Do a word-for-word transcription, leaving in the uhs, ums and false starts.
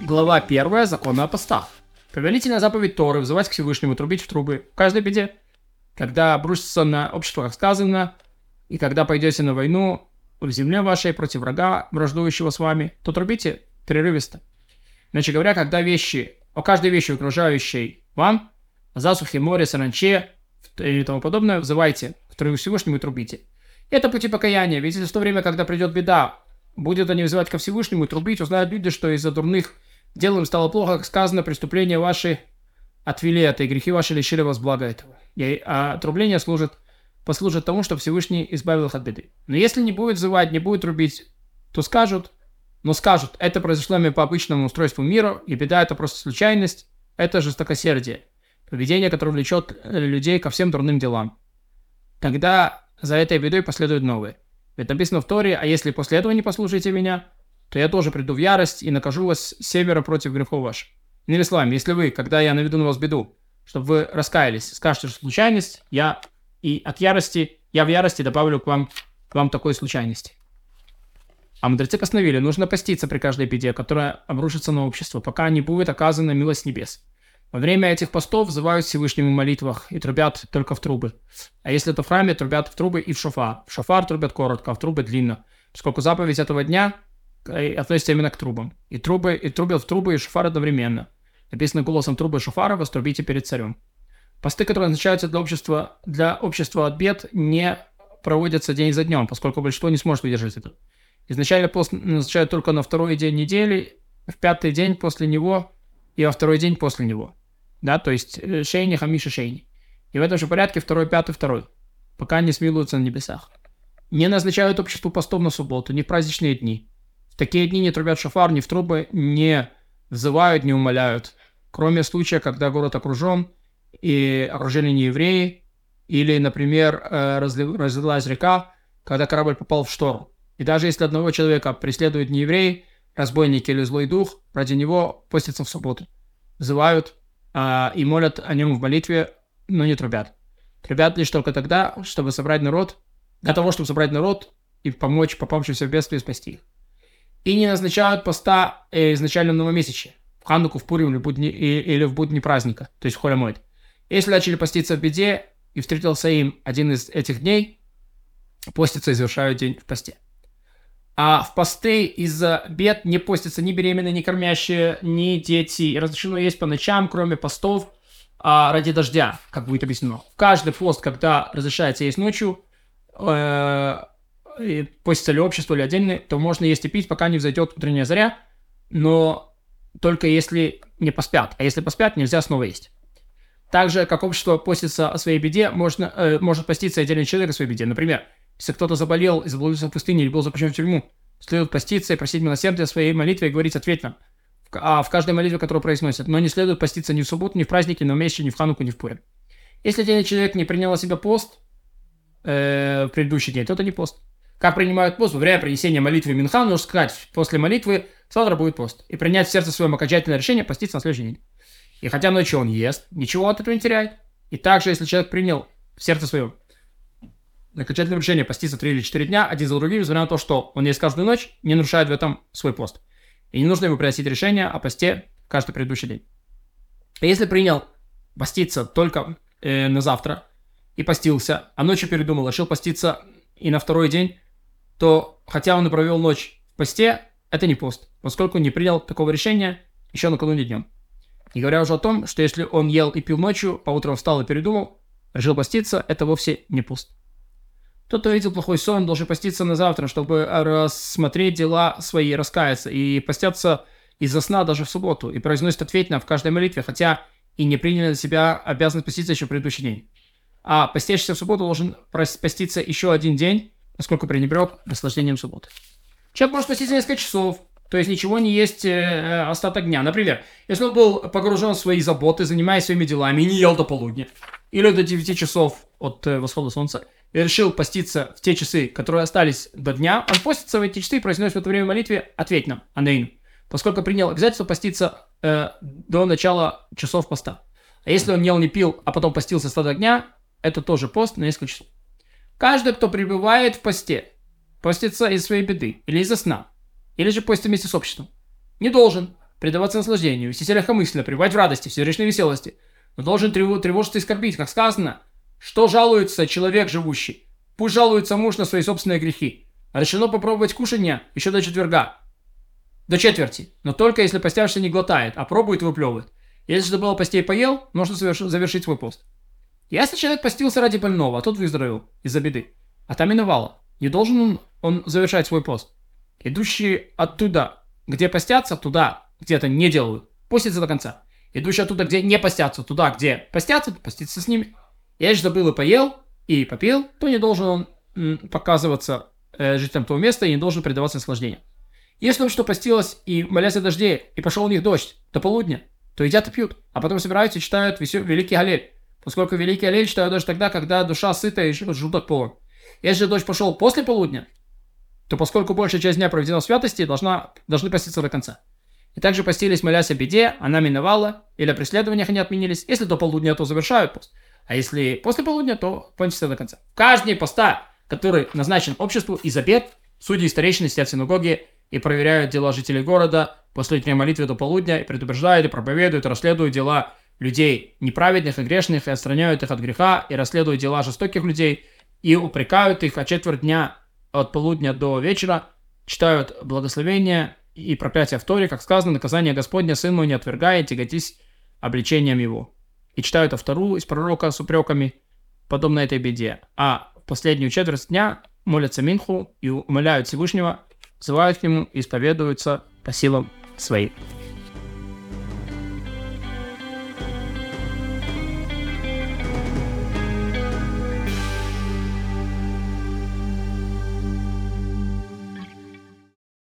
Глава первая. Законы о постах. Повелительная заповедь Торы — взывать к Всевышнему, трубить в трубы в каждой беде. Когда обрушится на общество, как сказано, и когда пойдете на войну в земле вашей против врага, враждующего с вами, то трубите прерывисто. Иначе говоря, когда вещи, о каждой вещи, угрожающей вам, о засухе, море, саранче и тому подобное, взывайте к Всевышнему и трубите. Это пути покаяния, ведь в то время, когда придет беда, будет они взывать ко Всевышнему и трубить, узнают люди, что из-за дурных дел им стало плохо, как сказано, преступления ваши отвели это, и грехи ваши лишили вас блага этого. И, а трубление служит, послужит тому, что Всевышний избавил их от беды. Но если не будет взывать, не будет трубить, то скажут, но скажут, это произошло мне по обычному устройству мира, и беда — это просто случайность, это жестокосердие, поведение, которое влечет людей ко всем дурным делам. Тогда за этой бедой последуют новые. Ведь написано в Торе: а если после этого не послушаете меня, то я тоже приду в ярость и накажу вас севера против грехов ваших. Иными словами, если вы, когда я наведу на вас беду, чтобы вы раскаялись, скажете, что случайность, я и от ярости, я в ярости добавлю к вам, к вам такой случайности. А мудрецы постановили, нужно поститься при каждой беде, которая обрушится на общество, пока не будет оказана милость небес. Во время этих постов взывают Всевышнему в молитвах и трубят только в трубы. А если это в храме, трубят в трубы и в шофар. В шофар трубят коротко, а в трубы длинно, поскольку заповедь этого дня относится именно к трубам. И трубы, и трубят в трубы и шофар одновременно. Написано голосом трубы и шофара: вострубите перед царем. Посты, которые назначаются для общества, для общества от бед, не проводятся день за днем, поскольку большинство не сможет выдержать это. Изначально пост назначают только на второй день недели, в пятый день после него и во второй день после него. Да, то есть шейни, хамиши, шейни. И в этом же порядке второй, пятый, второй, пока не смилуются на небесах. Не назначают обществу постов на субботу, ни в праздничные дни. В такие дни не трубят шофар, ни в трубы, не взывают, не умоляют. Кроме случая, когда город окружен, и окружили не евреи, или, например, разлилась река, когда корабль попал в шторм. И даже если одного человека преследуют не евреи, разбойники или злой дух, ради него постятся в субботу. Взывают а, и молят о нем в молитве, но не трубят. Трубят лишь только тогда, чтобы собрать народ, для того, чтобы собрать народ и помочь попавшимся в бедствие спасти их. И не назначают поста э, изначально в новомесячье, в Хануку, в Пурим или, будни, и, или в будни праздника, то есть в Холь ха-Моэд. Если начали поститься в беде и встретился им один из этих дней, постятся и завершают день в посте. А в посты из-за бед не постятся ни беременные, ни кормящие, ни дети. И разрешено есть по ночам, кроме постов а, ради дождя, как будет объяснено. В каждый пост, когда разрешается есть ночью, э, постится ли общество или отдельно, то можно есть и пить, пока не взойдет утренняя заря, но только если не поспят. А если поспят, нельзя снова есть. Также, как общество постится о своей беде, можно, э, может поститься отдельный человек о своей беде. Например, если кто-то заболел и заблудился в пустыне или был заключен в тюрьму, следует поститься и просить милосердия в своей молитве и говорить ответ нам. А в каждой молитве, которую произносят. Но не следует поститься ни в субботу, ни в праздники, ни в месяце, ни в Хануку, ни в Пурим. Если отдельный человек не принял на себя пост э, в предыдущий день, то это не пост. Как принимают пост? Во время принесения молитвы Минха, нужно сказать, после молитвы завтра будет пост. И принять в сердце своем окончательное решение поститься на следующий день. И хотя ночью он ест, ничего от этого не теряет. И также, если человек принял в сердце своем окончательное решение поститься три или четыре дня, один за другим, несмотря на то, что он ест каждую ночь, не нарушает в этом свой пост. И не нужно ему приносить решение о посте каждый предыдущий день. А если принял поститься только э, на завтра и постился, а ночью передумал, решил поститься и на второй день, то, хотя он и провел ночь в посте, это не пост, поскольку не принял такого решения еще накануне днем. Не говоря уже о том, что если он ел и пил ночью, поутру встал и передумал, решил поститься, это вовсе не пост. Тот, кто видел плохой сон, должен поститься на завтра, чтобы рассмотреть дела свои, раскаяться, и постятся из-за сна даже в субботу, и произносят ответно в каждой молитве, хотя и не приняли на себя обязанность поститься еще в предыдущий день. А постящийся в субботу должен поститься еще один день, поскольку пренебрег наслаждением субботы. Человек может поститься несколько часов, то есть ничего не есть э, остаток дня. Например, если он был погружен в свои заботы, занимаясь своими делами и не ел до полудня, или до девяти часов от э, восхода солнца, и решил поститься в те часы, которые остались до дня, он постится в эти часы и произносит в это время в молитве «Ответь нам, Анейну», поскольку принял обязательство поститься э, до начала часов поста. А если он ел, не пил, а потом постился остаток дня, это тоже пост на несколько часов. Каждый, кто пребывает в посте, постится из своей беды или из-за сна, или же постится вместе с обществом, не должен предаваться наслаждению, вести себя легкомысленно, пребывать в радости, в сердечной веселости, но должен трев- тревожиться и скорбить, как сказано, что жалуется человек живущий. Пусть жалуется муж на свои собственные грехи. Решено попробовать кушанья еще до четверга, до четверти, но только если постявшийся не глотает, а пробует и выплевывает. Если же было постей поел, можно соверш- завершить свой пост. Если человек постился ради больного, а тот выздоровел из-за беды, а там миновало, не должен он, он завершать свой пост. Идущие оттуда, где постятся, туда, где это не делают, постятся до конца. Идущие оттуда, где не постятся, туда, где постятся, поститься с ними. Если же был и поел, и попил, то не должен он м, показываться э, жителям того места и не должен предаваться наслаждению. Если он что постилось и молясь о дожде, и пошел у них дождь до полудня, то едят и пьют, а потом собираются и читают весел, Великий Галель, поскольку Великий Галель читают даже тогда, когда душа сыта и желудок полон. Если же дождь пошел после полудня, то поскольку большая часть дня проведена в святости, должна, должны поститься до конца. И также постились, молясь о беде, она миновала, или о преследованиях они отменились. Если до полудня, то завершают пост. А если после полудня, то постятся до конца. Каждый поста, который назначен обществу из обед, судьи и старейшины сидят в синагоге и проверяют дела жителей города после утренней молитвы до полудня, и предупреждают, и проповедуют, и расследуют дела людей неправедных и грешных, и отстраняют их от греха, и расследуют дела жестоких людей, и упрекают их, а четверть дня от полудня до вечера читают благословения и проклятия в Торе, как сказано, наказание Господня, сын мой, не отвергай, тяготись обличением его. И читают Автору из пророка с упреками, подобно этой беде. А в последнюю четверть дня молятся Минху и умоляют Всевышнего, взывают к нему и исповедуются по силам своим.